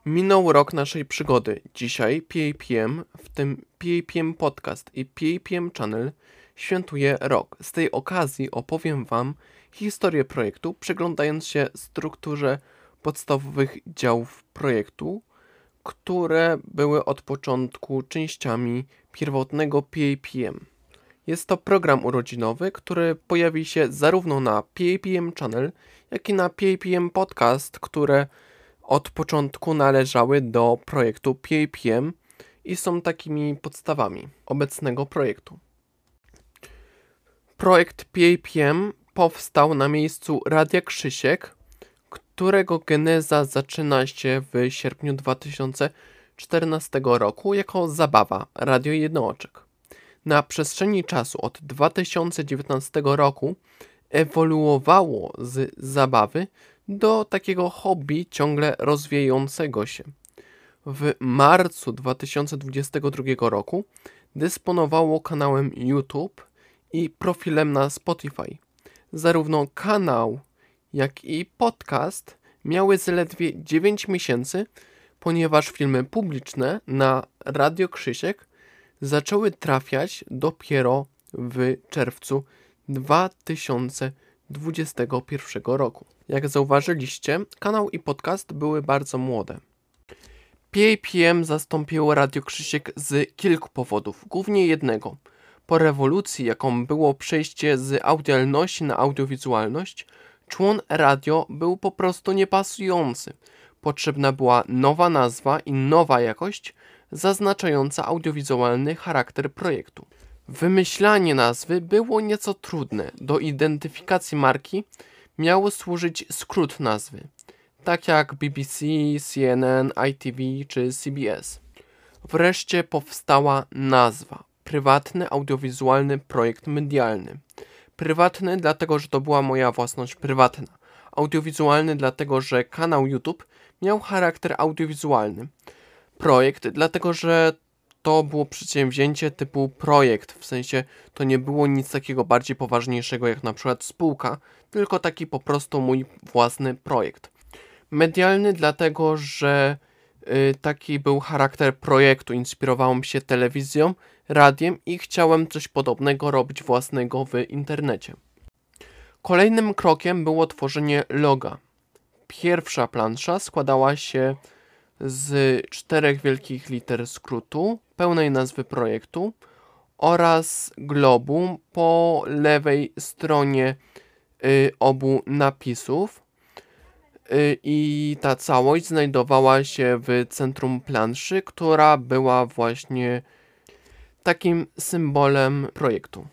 Minął rok naszej przygody. Dzisiaj PAPM, w tym PAPM Podcast i PAPM Channel świętuje rok. Z tej okazji opowiem Wam historię projektu, przyglądając się strukturze podstawowych działów projektu, które były od początku częściami pierwotnego PAPM. Jest to program urodzinowy, który pojawi się zarówno na PAPM Channel, jak i na PAPM Podcast, które od początku należały do projektu PAPM i są takimi podstawami obecnego projektu. Projekt PAPM powstał na miejscu Radia Krzysiek, którego geneza zaczyna się w sierpniu 2014 roku jako zabawa Radio Jednooczek. Na przestrzeni czasu od 2019 roku ewoluowało z zabawy do takiego hobby ciągle rozwijającego się. W marcu 2022 roku dysponowało kanałem YouTube i profilem na Spotify. Zarówno kanał, jak i podcast miały zaledwie 9 miesięcy, ponieważ filmy publiczne na Radio Krzysiek zaczęły trafiać dopiero w czerwcu 2021 roku. Jak zauważyliście, kanał i podcast były bardzo młode. PAPM zastąpiło Radio Krzysiek z kilku powodów, głównie jednego. Po rewolucji, jaką było przejście z audialności na audiowizualność, człon radio był po prostu niepasujący. Potrzebna była nowa nazwa i nowa jakość zaznaczająca audiowizualny charakter projektu. Wymyślanie nazwy było nieco trudne. Do identyfikacji marki miał służyć skrót nazwy, tak jak BBC, CNN, ITV czy CBS. Wreszcie powstała nazwa. Prywatny audiowizualny projekt medialny. Prywatny dlatego, że to była moja własność prywatna. Audiowizualny dlatego, że kanał YouTube miał charakter audiowizualny. Projekt dlatego, że to było przedsięwzięcie typu projekt, w sensie to nie było nic takiego bardziej poważniejszego jak na przykład spółka, tylko taki po prostu mój własny projekt. Medialny dlatego, że taki był charakter projektu, inspirowałem się telewizją, radiem i chciałem coś podobnego robić własnego w internecie. Kolejnym krokiem było tworzenie loga. Pierwsza plansza składała się z 4 wielkich liter skrótu, pełnej nazwy projektu oraz globu po lewej stronie obu napisów i ta całość znajdowała się w centrum planszy, która była właśnie takim symbolem projektu.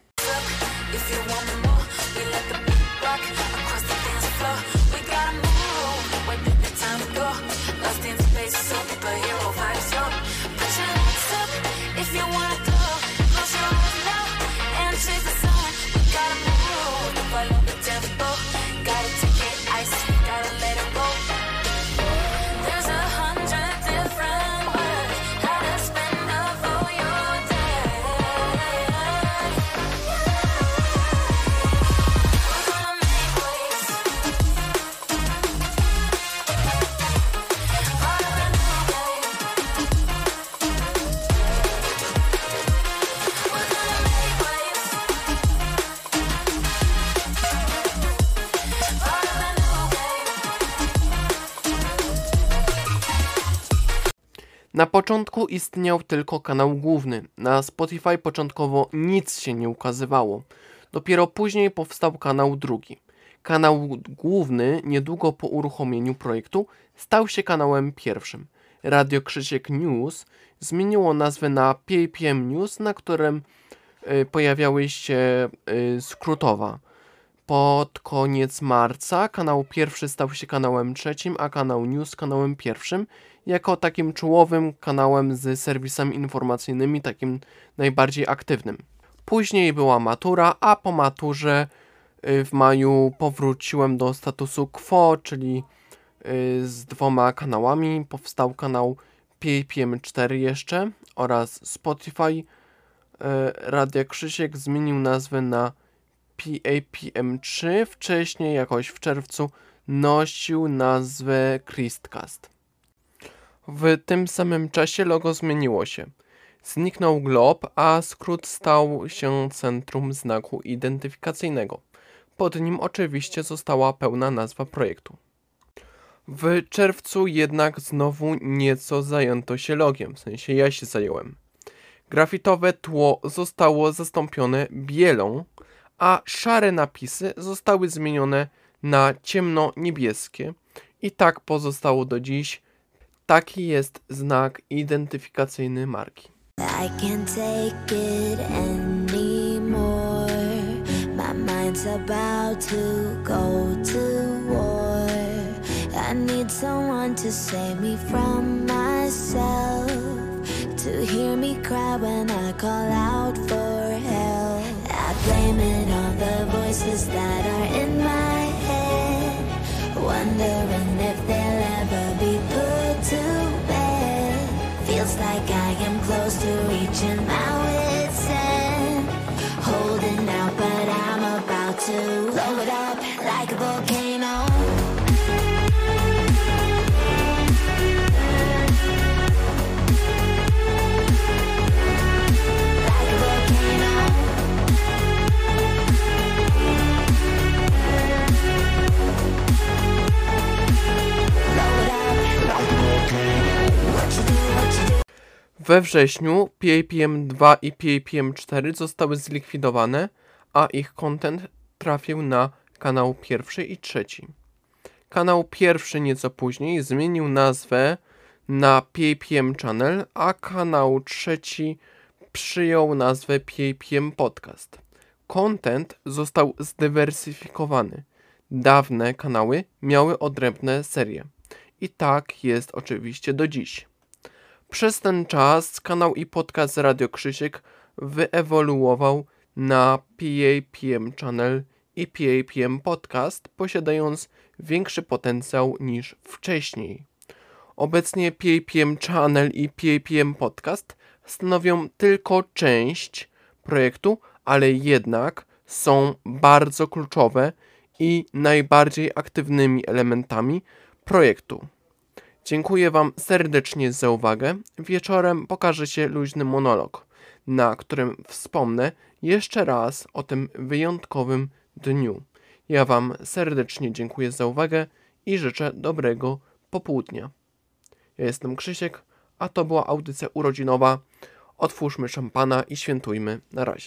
Na początku istniał tylko kanał główny. Na Spotify początkowo nic się nie ukazywało. Dopiero później powstał kanał drugi. Kanał główny niedługo po uruchomieniu projektu stał się kanałem pierwszym. Radio Krzysiek News zmieniło nazwę na PAPM News, na którym pojawiały się skrótowa. Pod koniec marca kanał pierwszy stał się kanałem trzecim, a kanał News kanałem pierwszym, jako takim czołowym kanałem z serwisami informacyjnymi, takim najbardziej aktywnym. Później była matura, a po maturze w maju powróciłem do statusu quo, czyli z 2 kanałami. Powstał kanał PAPM 4 jeszcze oraz Spotify. Radia Krzysiek zmienił nazwę na PAPM 3, wcześniej jakoś w czerwcu nosił nazwę Christcast. W tym samym czasie logo zmieniło się. Zniknął glob, a skrót stał się centrum znaku identyfikacyjnego. Pod nim oczywiście została pełna nazwa projektu. W czerwcu jednak znowu nieco zajęto się logiem, w sensie ja się zająłem. Grafitowe tło zostało zastąpione bielą, a szare napisy zostały zmienione na ciemno-niebieskie i tak pozostało do dziś. Taki jest znak identyfikacyjny marki. I can't take it anymore. My mind's about to go to war. I need someone to save me from myself, to hear me cry when I call out for help. I blame it on the voices that are in my head, wondering if they'll ever be put to bed. Feels like I am close to reaching my wit's end, holding out but I'm about to blow it up like a volcano. We wrześniu PAPM 2 i PAPM 4 zostały zlikwidowane, a ich content trafił na kanał pierwszy i trzeci. Kanał pierwszy nieco później zmienił nazwę na PAPM Channel, a kanał trzeci przyjął nazwę PAPM Podcast. Content został zdywersyfikowany. Dawne kanały miały odrębne serie. I tak jest oczywiście do dziś. Przez ten czas kanał i podcast Radio Krzysiek wyewoluował na PAPM Channel i PAPM Podcast, posiadając większy potencjał niż wcześniej. Obecnie PAPM Channel i PAPM Podcast stanowią tylko część projektu, ale jednak są bardzo kluczowe i najbardziej aktywnymi elementami projektu. Dziękuję Wam serdecznie za uwagę. Wieczorem pokaże się luźny monolog, na którym wspomnę jeszcze raz o tym wyjątkowym dniu. Ja Wam serdecznie dziękuję za uwagę i życzę dobrego popołudnia. Ja jestem Krzysiek, a to była audycja urodzinowa. Otwórzmy szampana i świętujmy. Na razie.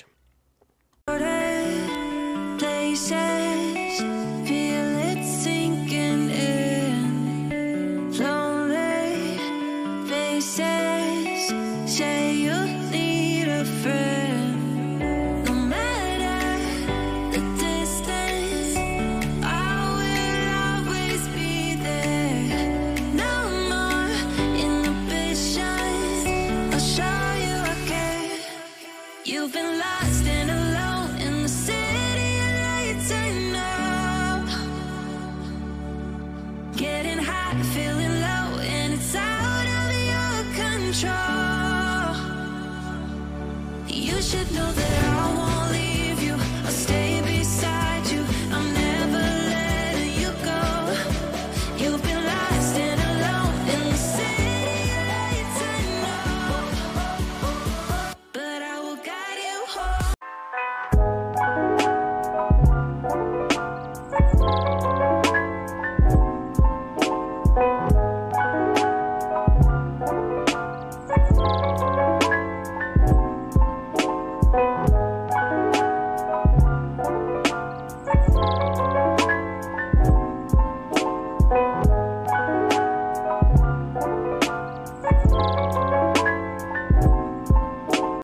You've been lost and alone in the city of lights, I know. Getting high, feeling low, and it's out of your control. You should know that